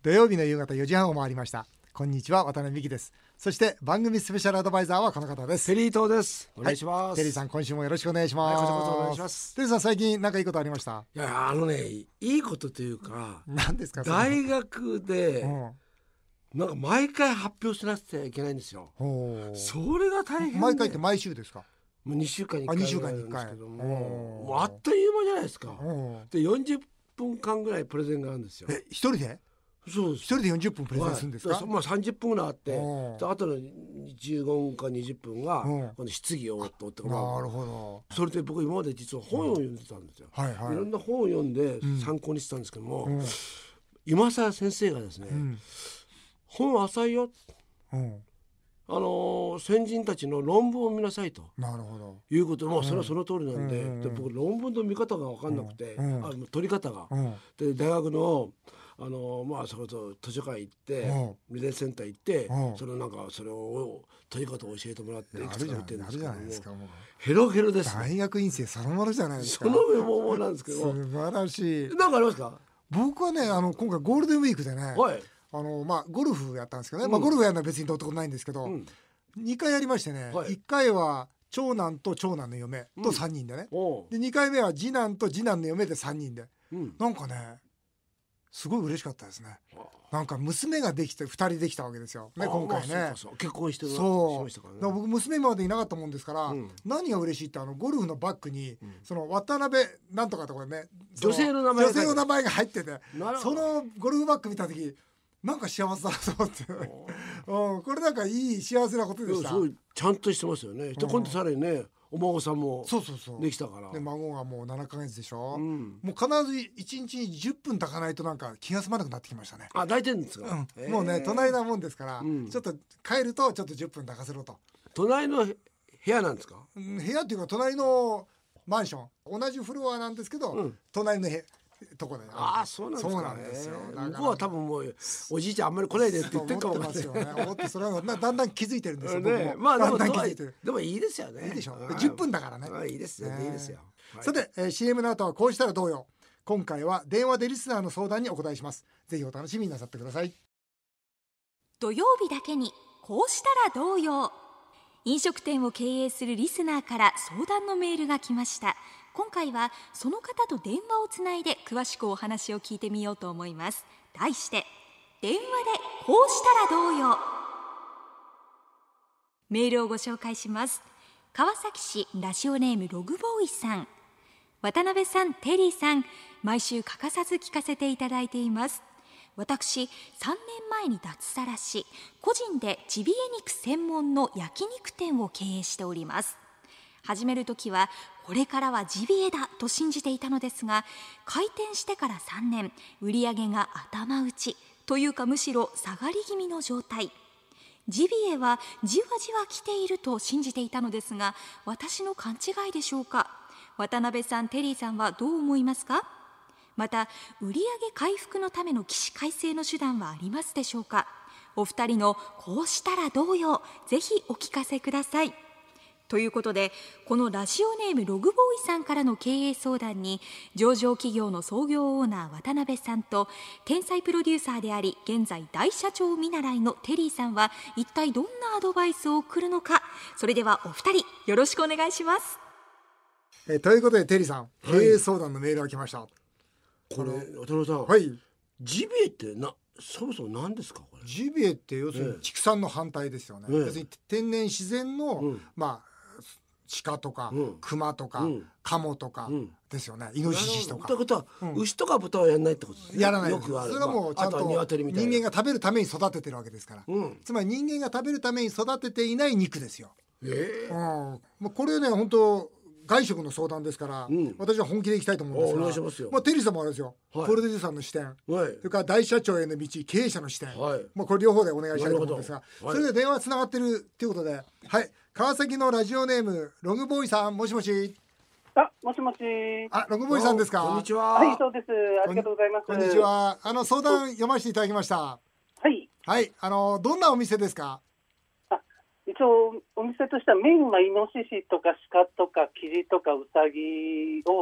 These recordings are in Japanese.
土曜日の夕方4時半を回りました。こんにちは、渡辺美希です。そして番組スペシャルアドバイザーはこの方です。 テリー東です。お願いします、 はい、テリーさん、今週もよろしくお願いします。 はい、こちらこそお願いします。 テリーさん、最近何かいいことありました？ いや、いいことというか、 何ですか？ 大学で、なんか毎回発表しなくちゃいけないんですよ。それが大変で。 毎回って毎週ですか？ もう2週間に1回 2週間に1回なんですけども、もうあっという間じゃないですか。で40分間ぐらいプレゼンがあるんですよ。 一人で？ そうです。 一人で40分プレゼンするんですか？ まあ30分ぐらいあって、あとの15分か20分はこの質疑応答ってこと。 なるほど。 それで僕今まで実は本を読んでたんですよ。いろんな本を読んで参考にしてたんですけども、今更先生がですね、本浅いよ、先人たちの論文を見なさいということも、それはその通りなんで、で僕論文の見方が分かんなくて、取り方が、で大学のそれと図書館行ってメディアセンター行って、それを取り方を教えてもらっていくつか見てるんですけども、ヘロヘロです、ね、 大学院生そのものじゃないですか。 その上もなんですけど素晴らしい。 何かありますか？ 僕はね、今回ゴールデンウィークでね、ゴルフやったんですけどね、ゴルフやるのは別にどうってことないんですけど、2回やりましてね、1回は長男と長男の嫁と3人でね、で2回目は次男と次男の嫁で3人で、なんかねすごい嬉しかったですね。なんか娘ができて2人できたわけですよね、今回ね。 結婚してる。 そうだから僕娘までいなかったもんですから、何が嬉しいってゴルフのバッグにその渡辺なんとかとかね、 女性の名前が入ってて、そのゴルフバッグ見た時なんか幸せだなと思ってこれなんかいい幸せなことでした。 すごいちゃんとしてますよね。で今度さらにね、お孫さんもできたから、 で孫がもう7ヶ月でしょ、もう必ず1日に10分炊かないとなんか気が済まなくなってきましたね。 抱いてるんですか？ もうね隣なもんですから、ちょっと帰るとちょっと10分炊かせろと。 隣の部屋なんですか？ 部屋っていうか隣のマンション、同じフロアなんですけど、隣のとこで。 そうなんですか。 そうなんですよ。 向こうは多分もうおじいちゃんあんまり来ないでって言ってるかもしれない。 思ってそれはだんだん気づいてるんですよ。 まあでもいいですよね。 いいでしょ。10分だからね。 いいですよね。いいですよ。 さて CM の後はこうしたらどうよ。今回は電話でリスナーの相談にお答えします。ぜひお楽しみになさってください。 土曜日だけにこうしたらどうよ。飲食店を経営するリスナーから相談のメールが来ました。今回はその方と電話をつないで詳しくお話を聞いてみようと思います。題して電話でこうしたらどうよ。メールをご紹介します。川崎市ラジオネームログボーイさん。渡辺さん、テリーさん、毎週欠かさず聞かせていただいています。私3年前に脱サラし、個人でジビエ肉専門の焼肉店を経営しております。始めるときはこれからはジビエだと信じていたのですが、開店してから3年、売上が頭打ちというかむしろ下がり気味の状態。ジビエはじわじわ来ていると信じていたのですが、私の勘違いでしょうか。渡辺さん、テリーさんはどう思いますか？また売上回復のための起死回生の手段はありますでしょうか？お二人のこうしたらどうよ、ぜひお聞かせください。ということで、このラジオネームログボーイさんからの経営相談に、上場企業の創業オーナー渡辺さんと天才プロデューサーであり現在大社長見習いのテリーさんは一体どんなアドバイスを送るのか。それではお二人よろしくお願いします。 ということでテリーさん、経営相談のメールが来ました。 これ渡辺さん、ジビエってそもそも何ですか？これジビエって要するに畜産の反対ですよね。要するに天然自然の、鹿とか、熊とか、カモとかですよね。イノシシとか。 ということは、牛とか豚はやらないってことですね。 やらないです。 よくある。 それはもうちゃんと人間が食べるために育ててるわけですから。つまり人間が食べるために育てていない肉ですよ。これね、本当外食の相談ですから、私は本気でいきたいと思うんですが、 お願いしますよ。 テリーさんもあれですよ、プロデューサーの視点、それから大社長への道、経営者の視点、これ両方でお願いしたいと思うんですが、それで電話つながってるということで、川崎のラジオネームログボーイさん、もしもし。 もしもし。 ログボーイさんですか？ こんにちは。 はい、そうです。ありがとうございます。 こんにちは。相談読ませていただきました。はい。どんなお店ですか？ 一応お店としてはメインはイノシシとか鹿とかキジとかウサギを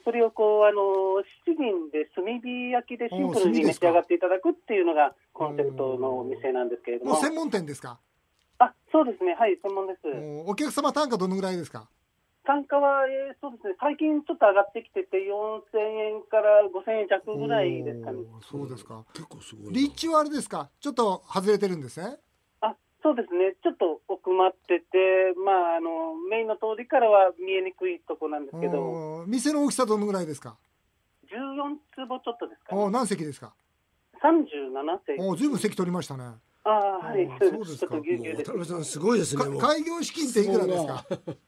それを七輪で炭火焼きでシンプルに召し上がっていただくっていうのがコンセプトのお店なんですけれども。 もう専門店ですか？ そうですね、はい、専門です。 お客様単価どのぐらいですか？ 単価は、そうですね、最近ちょっと上がってきてて、4000円から5000円弱ぐらいですかね。 そうですか。 結構すごい。 立地はあれですか？ちょっと外れてるんですね。 そうですね、ちょっと奥まってて、メインの通りからは見えにくいとこなんですけど。 店の大きさどのぐらいですか ？14坪ちょっとですかね。 何席ですか ？37席。 ずいぶん席取りましたね。 はい、 そうですか。 ちょっとぎゅうぎゅうです。 渡辺さんすごいですね。 開業資金っていくらですか？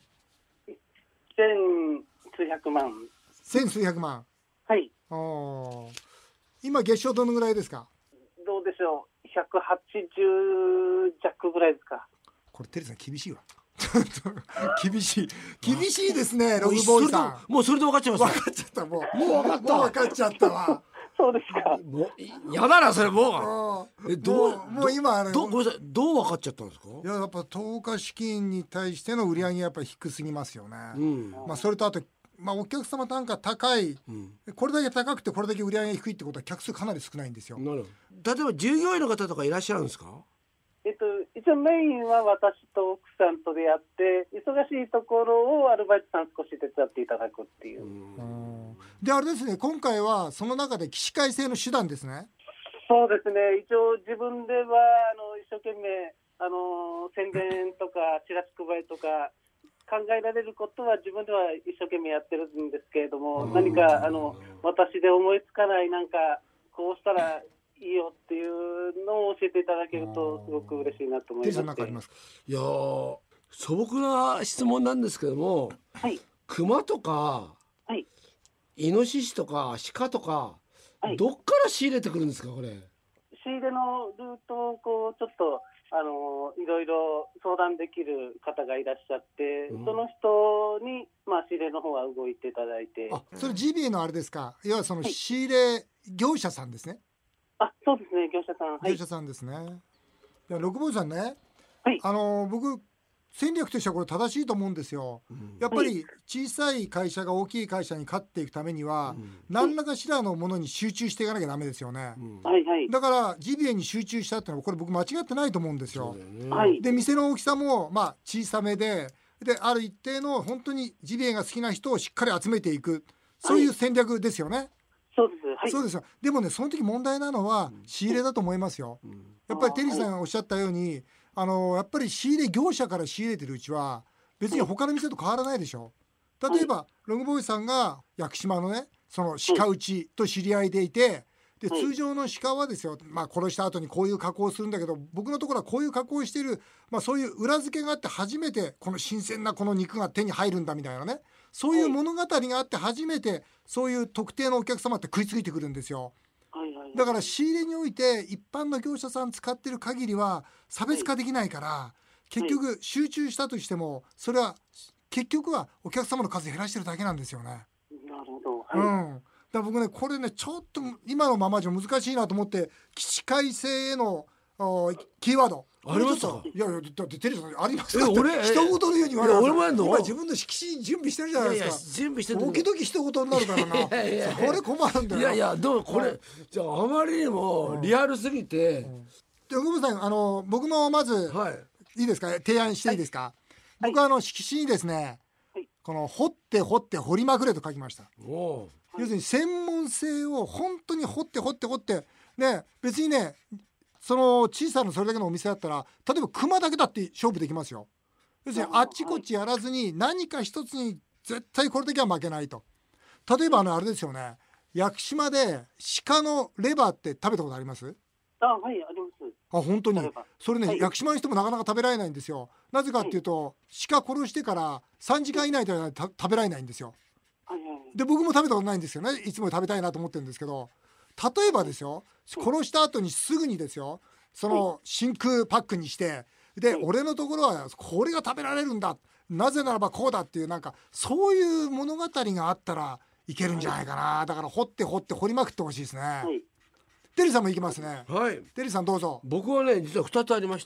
千数百万。 千数百万。 はい。 今月賞どのぐらいですか？ どうでしょう。180弱ぐらいですか。 これテリーさん厳しいわ。厳しいですね。ログボーイさん。もうそれで分かっちゃいます。 分かっちゃった。もう分かっちゃったわ。 そうですか。 もうやだなそれもう。 もう今ごめんなさい、どう分かっちゃったんですか？ いや、やっぱ投下資金に対しての売り上げやっぱり低すぎますよね。それとあとお客様単価高い、これだけ高くてこれだけ売り上げが低いってことは客数かなり少ないんですよ。 なるほど。例えば従業員の方とかいらっしゃるんですか？ 一応メインは私と奥さんとでやって、忙しいところをアルバイトさん少し手伝っていただくっていう。 であれですね、今回はその中で起死回生の手段ですね。 そうですね、一応自分では一生懸命宣伝とかチラシ配りとか考えられることは自分では一生懸命やってるんですけれども、何か私で思いつかないなんかこうしたらいいよっていうのを教えていただけるとすごく嬉しいなと思います。 何かありますか？ いや素朴な質問なんですけども、 はい、 熊とか、 はい、 イノシシとか鹿とか、はい、どっから仕入れてくるんですか？これ仕入れのルートをちょっといろいろ相談できる方がいらっしゃって、その人に仕入れの方は動いていただいて。 それジビエのあれですか？いわゆるその仕入れ業者さんですね。 そうですね、業者さん。 業者さんですね。いや、六坊さんね、 はい、 僕戦略としてはこれ正しいと思うんですよ。やっぱり小さい会社が大きい会社に勝っていくためには、何らかしらのものに集中していかなきゃダメですよね。だからジビエに集中したってのはこれ僕間違ってないと思うんですよ。で店の大きさも小さめである一定の本当にジビエが好きな人をしっかり集めていく、そういう戦略ですよね。 そうです、 そうですよ。でもね、その時問題なのは仕入れだと思いますよ。やっぱりテリーさんがおっしゃったように、やっぱり仕入れ業者から仕入れてるうちは別に他の店と変わらないでしょ。例えば、ログボーイさんが屋久島のね、その鹿打ちと知り合いでいて、で通常の鹿はですよ、殺した後にこういう加工をするんだけど、僕のところはこういう加工をしている、そういう裏付けがあって初めてこの新鮮なこの肉が手に入るんだみたいなね、そういう物語があって初めてそういう特定のお客様って食いついてくるんですよ。だから仕入れにおいて一般の業者さん使ってる限りは差別化できないから、結局集中したとしてもそれは結局はお客様の数減らしてるだけなんですよね。 なるほど。 だから僕ね、これねちょっと今のままじゃ難しいなと思って、起死回生へのキーワードありましたか？ いやだってテリーさんありますか？俺一言のように言われます。 俺もやんの？ 今自分の色紙準備してるじゃないですか。 準備してる。 時々一言になるからな。これ困るんだよ。 どうこれじゃああまりにもリアルすぎて。 で奥さん僕のまずいいですか、提案していいですか？僕は色紙にですね、この掘って掘って掘りまくれと書きました。要するに専門性を本当に掘って掘って掘ってね、別にねその小さなそれだけのお店だったら例えば熊だけだって勝負できますよ。要するにあっちこっちやらずに何か一つに絶対これだけは負けないと。例えばあれですよね、屋久島で鹿のレバーって食べたことあります？ はい、あります。 本当にそれね、屋久島の人もなかなか食べられないんですよ。なぜかっていうと、鹿殺してから3時間以内では食べられないんですよ。で僕も食べたことないんですよね。いつも食べたいなと思ってるんですけど、例えばですよ、殺した後にすぐにですよ、その真空パックにしてで、俺のところはこれが食べられるんだ、なぜならばこうだっていう、なんかそういう物語があったらいけるんじゃないかな。だから掘って掘って掘りまくってほしいですね。テリーさんもいきますね。 はい。 テリーさんどうぞ。 僕はね実は2つありまして、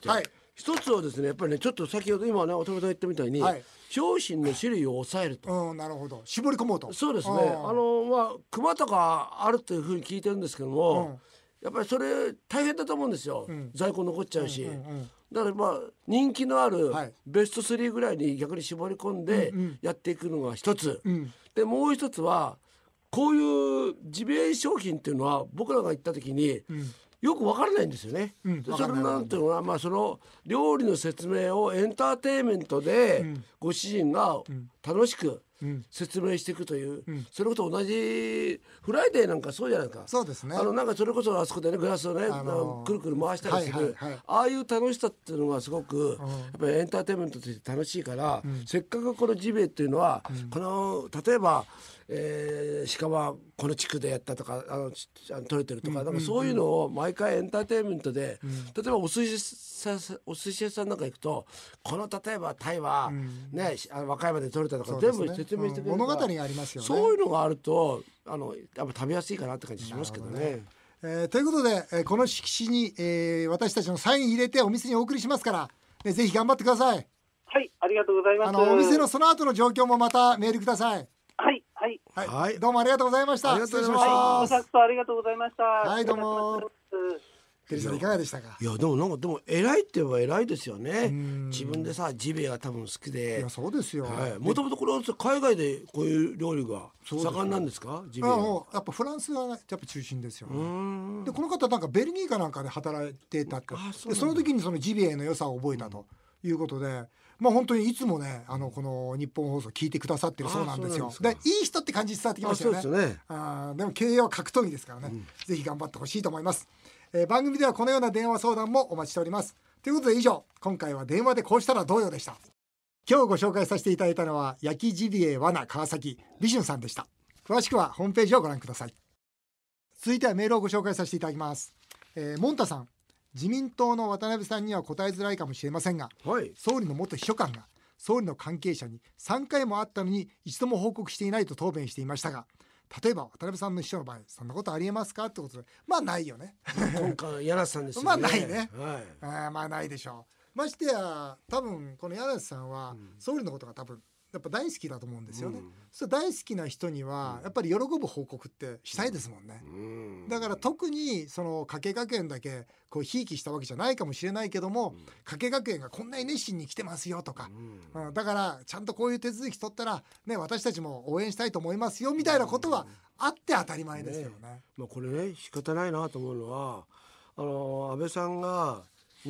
一つはですねやっぱりねちょっと先ほど今ね渡辺さん言ったみたいに、はい、商品の種類を抑えると、 なるほど、絞り込もうと。 そうですね、熊とかあるというふうに聞いてるんですけども、やっぱりそれ大変だと思うんですよ、在庫残っちゃうし、だから人気のあるベスト3ぐらいに逆に絞り込んでやっていくのが一つ、でもう一つはこういうジビエ商品っていうのは僕らが行った時に、よく分からないんですよね、それなんていうのは、その料理の説明をエンターテインメントでご主人が楽しく説明していくという、それこそ同じフライデーなんかそうじゃないですか。 そうですね、 なんかそれこそあそこでねグラスをね、くるくる回したりする、ああいう楽しさっていうのがすごく、やっぱりエンターテインメントとして楽しいから、せっかくこのジビエっていうのは、この例えば鹿はこの地区でやったとか取れてるとか、なんかそういうのを毎回エンターテインメントで、例えばお寿司屋さんなんか行くとこの例えばタイは、ね和歌山で取れたとか全部説明してくれる物語がありますよね。 そういうのがあるとやっぱ食べやすいかなって感じしますけどね。 ということで、この色紙に、私たちのサイン入れてお店にお送りしますから、ぜひ頑張ってください。 はい、ありがとうございます。 お店のその後の状況もまたメールください。 はいはい、 はい、どうもありがとうございました。 失礼しました。 ありがとうございました。 はい、どうも。テリーさんいかがでしたか。 いやでも偉いって言えば偉いですよね。自分でさジビエが多分好きで。 いやそうですよ。 もともとこれは海外でこういう料理が盛んなんですか。ジビエはやっぱフランスがやっぱ中心ですよね。でこの方なんかベルギーかなんかで働いてたって、その時にそのジビエの良さを覚えたということで。本当にいつもねこの日本放送聞いてくださってるそうなんですよ。でいい人って感じ伝わってきましたよね。 そうですね。 でも経営は格闘技ですからね、ぜひ頑張ってほしいと思います。番組ではこのような電話相談もお待ちしております。ということで以上、今回は電話でこうしたらどうよでした。今日ご紹介させていただいたのは焼きジビエ罠川崎美春さんでした。詳しくはホームページをご覧ください。続いてはメールをご紹介させていただきます。モンタさん、自民党の渡辺さんには答えづらいかもしれませんが、総理の元秘書官が総理の関係者に3回も会ったのに一度も報告していないと答弁していましたが、例えば渡辺さんの秘書の場合そんなことありえますかってことで、ないよね。 今回柳瀬さんですよね。 ないね、ないでしょう。ましてや多分この柳瀬さんは総理のことが多分やっぱ大好きだと思うんですよね。それ大好きな人にはやっぱり喜ぶ報告ってしたいですもんね。だから特にその加計学園だけこうひいきしたわけじゃないかもしれないけども、加計学園がこんなに熱心に来てますよとか、だからちゃんとこういう手続き取ったらね私たちも応援したいと思いますよみたいなことはあって当たり前ですよね。 これね仕方ないなと思うのは安倍さんが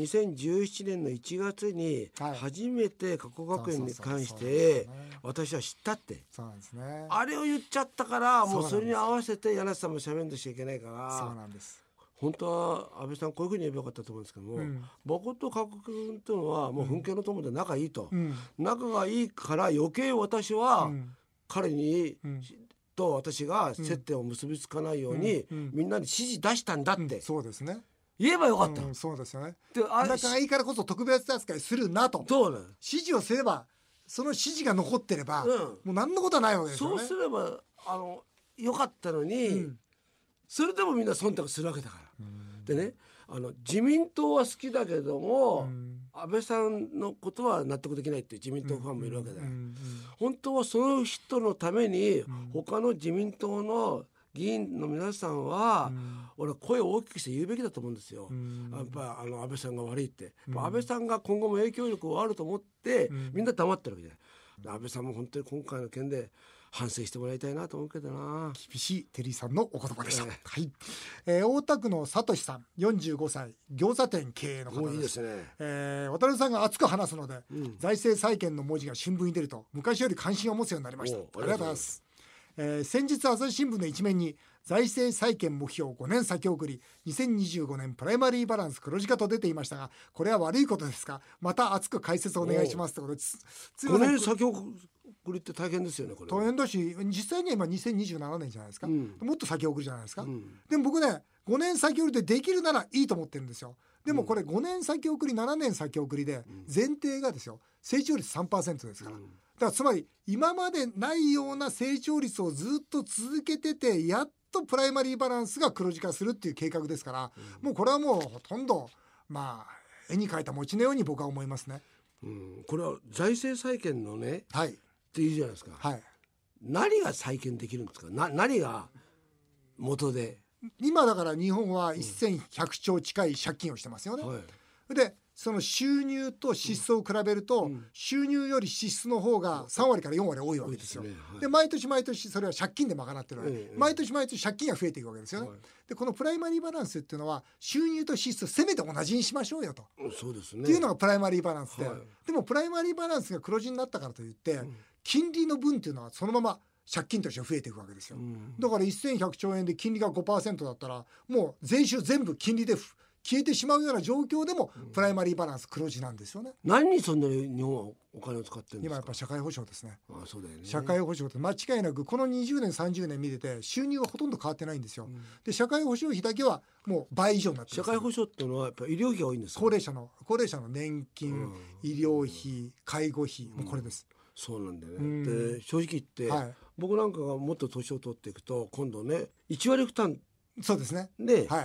2017年の1月に初めて加古学園に関して私は知ったって、あれを言っちゃったからもうそれに合わせて柳瀬さんも喋んなきゃいけないから、 そうなんです。 本当は安倍さんこういうふうに言えばよかったと思うんですけども、僕と加古君というのはもう噴景の友で仲いいと、仲がいいから余計私は彼にと私が接点を結びつかないようにみんなに指示出したんだって、 そうですね、 言えばよかった、 そうですよね。仲がいいからこそ特別扱いするなと、指示をすればその指示が残ってれば、もう何のことはないわけですよね。 そうすればよかったのに、それでもみんな忖度するわけだから、でね自民党は好きだけども、安倍さんのことは納得できないっていう自民党ファンもいるわけだよ、本当はその人のために、他の自民党の議員の皆さんは、俺は声を大きくして言うべきだと思うんですよ、やっぱ安倍さんが悪いって、安倍さんが今後も影響力はあると思って、みんな黙ってるわけじゃない。安倍さんも本当に今回の件で反省してもらいたいなと思うけどな。 厳しいテリーさんのお言葉でした、大田区のさとしさん45歳餃子店経営の方です。 いいですね。 渡辺さんが熱く話すので、財政再建の文字が新聞に出ると昔より関心を持つようになりました。ありがとうございます。先日朝日新聞の一面に財政再建目標5年先送り2025年プライマリーバランス黒字化と出ていましたが、これは悪いことですか。また熱く解説をお願いしますということです。 5年先送りって大変ですよね。これ大変だし実際には今2027年じゃないですか、もっと先送りじゃないですか、でも僕ね5年先送りでできるならいいと思ってるんですよ。でもこれ5年先送り7年先送りで前提がですよ成長率 3% ですから、だからつまり今までないような成長率をずっと続けててやっとプライマリーバランスが黒字化するっていう計画ですから、もうこれはもうほとんど絵に描いた餅のように僕は思いますね。 これは財政再建のね、はい、っていうじゃないですか、はい、何が再建できるんですか。何が元で。 今だから日本は1100兆近い借金をしてますよね、はい、でその収入と支出を比べると、収入より支出の方が3割から4割多いわけですよ。で毎年毎年それは借金で賄ってるので、毎年毎年借金が増えていくわけですよね。でこのプライマリーバランスっていうのは収入と支出をせめて同じにしましょうよと、 そうですね、 っていうのがプライマリーバランスで、でもプライマリーバランスが黒字になったからといって、金利の分っていうのはそのまま借金として増えていくわけですよ。だから1100兆円で金利が 5% だったらもう税収全部金利で消えてしまうような状況でもプライマリーバランス黒字なんですよね。 何にそんなに日本はお金を使ってるんですか。 今やっぱ社会保障ですね。 そうだよね。 社会保障って間違いなくこの20年30年見てて収入はほとんど変わってないんですよ、で社会保障費だけはもう倍以上になってる。 社会保障っていうのはやっぱ医療費が多いんですか。 高齢者の年金、医療費、介護費、もうこれです。 そうなんだよね、で正直言って、はい、僕なんかがもっと年を取っていくと今度ね1割負担。 そうですね。 で、 はい、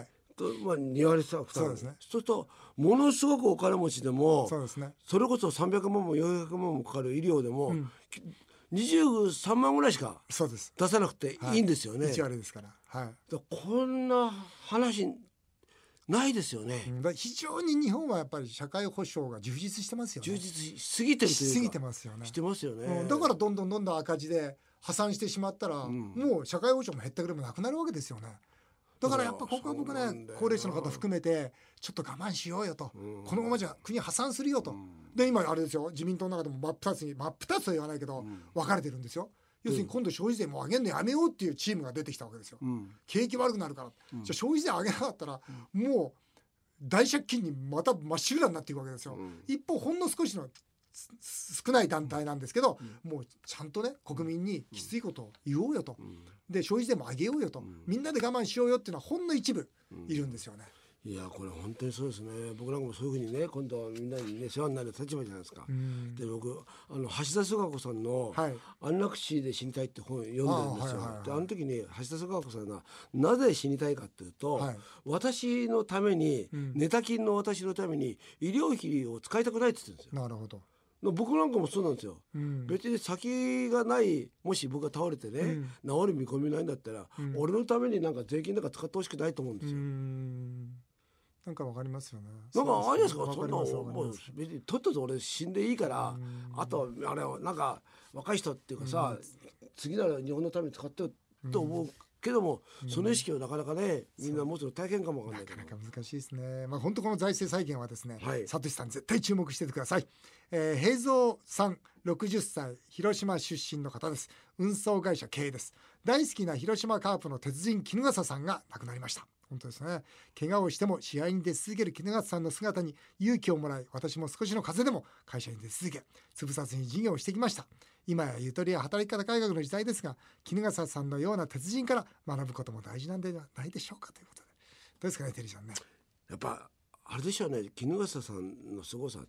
2割負担。 そうですね。 そうするとものすごくお金持ちでも、 そうですね、 それこそ300万も400万もかかる医療でも、23万ぐらいしか出さなくていいんですよね。 1割ですから、はい、 こんな話ないですよね、 非常に日本はやっぱり社会保障が充実してますよね。 充実しすぎてるというか、 しすぎてますよね。 してますよね、 だからどんどん赤字で破産してしまったら、もう社会保障も減ったくれもなくなるわけですよね。だからやっぱここは僕ね、高齢者の方含めてちょっと我慢しようよと、このままじゃ国破産するよと、で今あれですよ、自民党の中でも真っ二つとは言わないけど、分かれてるんですよ。要するに今度消費税も上げるのやめようっていうチームが出てきたわけですよ、景気悪くなるから、じゃあ消費税上げなかったら、もう大借金にまた真っ白になっていくわけですよ、一方ほんの少しの少ない団体なんですけど、もうちゃんとね国民にきついことを言おうよと、で消費税も上げようよと、みんなで我慢しようよっていうのはほんの一部いるんですよね。 いやこれ本当にそうですね。僕なんかもそういうふうにね今度はみんなにね世話になる立場じゃないですか。で僕橋田壽賀子さんの「安楽死で死にたい」って本読んでるんですよ。であの時に橋田壽賀子さんがなぜ死にたいかっていうと、私のために、寝たきんの私のために医療費を使いたくないって言ってるんですよ。 なるほど。 僕なんかもそうなんですよ、別に先がない、もし僕が倒れてね、治る見込みないんだったら、俺のためになんか税金なんか使ってほしくないと思うんですよ。 なんかわかりますよね。 なんかあれですか、そんなもう別にとっとと俺死んでいいから、あとあれなんか若い人っていうかさ、次なら日本のために使ってよと思うけども、その意識をなかなかねみんな持つの大変かもわかんないけど、 なかなか難しいですね。本当この財政再建はですね、サトシさん絶対注目しててください。平蔵さん60歳広島出身の方です。運送会社経営です。大好きな広島カープの鉄人衣笠さんが亡くなりました。本当ですね。怪我をしても試合に出続ける衣笠さんの姿に勇気をもらい、私も少しの風でも会社に出続け、潰さずに事業をしてきました。今やゆとりや働き方改革の時代ですが、衣笠さんのような鉄人から学ぶことも大事なんではないでしょうかということで、どうですかねテリーさんね。 やっぱあれでしょうね、衣笠さんの凄さって、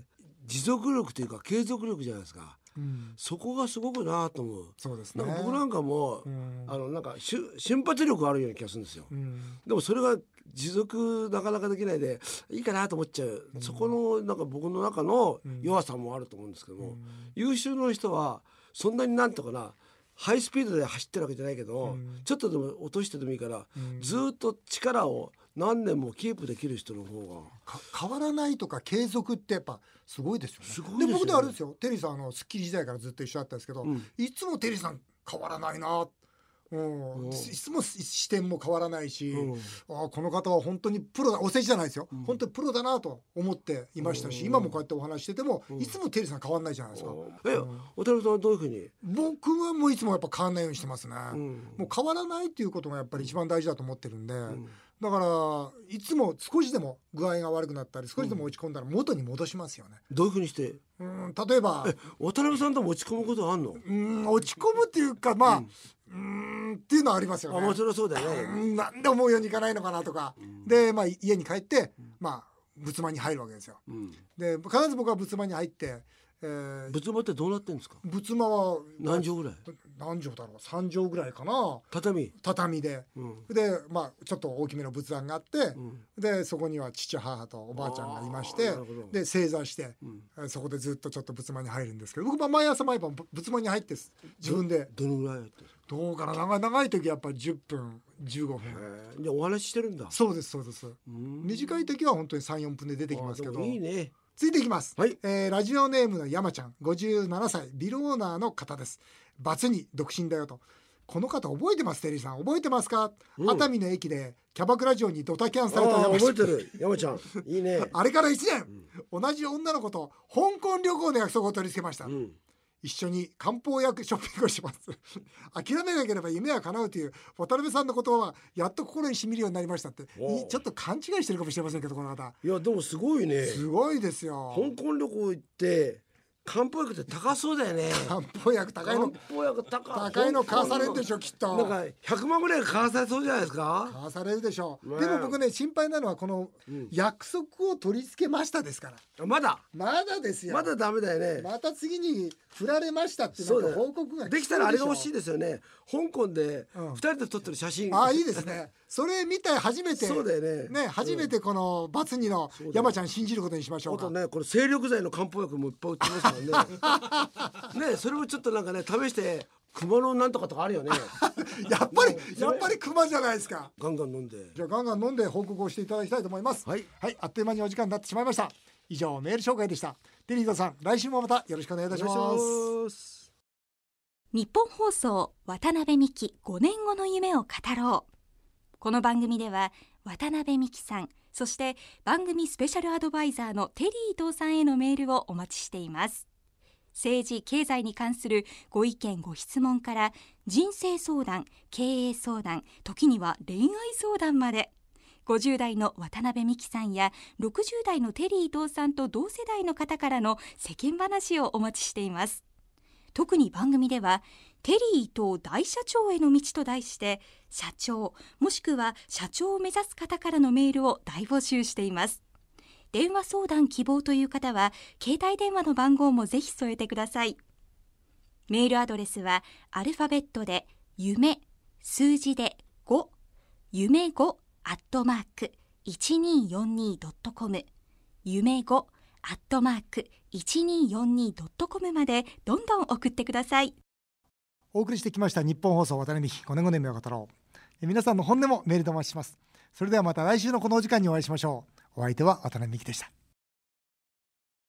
持続力というか継続力じゃないですか。そこがすごくなと思う。 そうですね。 なんか僕なんかも、なんか瞬発力があるような気がするんですよ。でもそれが持続なかなかできないでいいかなと思っちゃう。そこのなんか僕の中の弱さもあると思うんですけども、優秀な人はそんなになんとかなハイスピードで走ってるわけじゃないけど、ちょっとでも落としてでもいいから、ずっと力を何年もキープできる人の方が変わらないとか継続ってやっぱすごいですよね。 すごいですよね。 で僕であれですよ、テリーさんスッキリ時代からずっと一緒だったんですけど、いつもテリーさん変わらないな、いつも視点も変わらないし、この方は本当にプロだ、お世辞じゃないですよ、本当にプロだなと思っていましたし、今もこうやってお話してても、いつもテリーさん変わらないじゃないですか。 渡辺さんはどういうふうに。 僕はもういつもやっぱ変わらないようにしてますね。もう変わらないっていうことがやっぱり一番大事だと思ってるんで、だからいつも少しでも具合が悪くなったり少しでも落ち込んだら元に戻しますよね。 どういうふうにして。 例えば渡辺さんとも落ち込むことあんの。 落ち込むっていうかっていうのはありますよね。 もちろんそうだよね。 なんで思うようにいかないのかなとか、で家に帰って仏間に入るわけですよ。で必ず僕は仏間に入って、 仏間ってどうなってんですか。 仏間は何畳ぐらい。 何畳だろう、3畳ぐらいかな、 畳で、でちょっと大きめの仏壇があって、でそこには父母とおばあちゃんがいまして、で正座して、そこでずっとちょっと仏間に入るんですけど、僕は毎朝毎晩仏間に入って自分で。 どのぐらいやってる？ どうかな、長い時やっぱ10分15分。 じゃあお話ししてるんだ。 そうです。短い時は本当に 3,4 分で出てきますけど。 いいね。 続いていきます、 はい。 ラジオネームの山ちゃん、57歳、ビルオーナーの方です。バツに独身だよと。この方覚えてます？テリーさん覚えてますか？熱海の駅でキャバクラ嬢にドタキャンされた山ちゃん。 覚えてる。山ちゃんいいね。 あれから1年、同じ女の子と香港旅行の約束を取り付けました、一緒に漢方薬ショッピングをします諦めなければ夢は叶うという渡辺さんの言葉はやっと心に染みるようになりましたって。ちょっと勘違いしてるかもしれませんけど、この方。 いやでもすごいね。 すごいですよ。 香港旅行行って漢方薬って高そうだよね。 漢方薬高いの。 漢方薬高いの買わされるでしょ、きっと。 なんか100万ぐらい買わされそうじゃないですか。 買わされるでしょう、でも僕ね心配なのはこの約束を取り付けましたですから。 まだですよ。 まだダメだよね。 また次に振られましたってなんか報告が来てるできたらあれが欲しいですよね。香港で2人で撮ってる写真、 いいですね。それ見て初めて。そうだよね。初めてこのバツ2の山ちゃん信じることにしましょうか。 あとね、これ精力剤の漢方薬もいっぱい売ってますからねね、それもちょっとなんかね試して熊のなんとかとかあるよねやっぱり熊じゃないですか。 ガンガン飲んで。 じゃあガンガン飲んで報告をしていただきたいと思います。はい、あっという間にお時間になってしまいました。以上メール紹介でした。テリーさん、来週もまたよろしくお願いいたします。 日本放送渡辺美希5年後の夢を語ろう。この番組では渡辺美希さん、そして番組スペシャルアドバイザーのテリー伊藤さんへのメールをお待ちしています。政治・経済に関するご意見ご質問から人生相談、経営相談、時には恋愛相談まで、50代の渡辺美希さんや60代のテリー伊藤さんと同世代の方からの世間話をお待ちしています。特に番組ではテリー伊藤大社長への道と題して社長もしくは社長を目指す方からのメールを大募集しています。電話相談希望という方は携帯電話の番号もぜひ添えてください。メールアドレスはアルファベットで夢数字で5夢5@1242.com 夢5@1242.com までどんどん送ってください。 お送りしてきました日本放送渡辺美希5年5年目を語ろう。皆さんの本音もメールでお待ちします。それではまた来週のこのお時間にお会いしましょう。お相手は渡辺美希でした。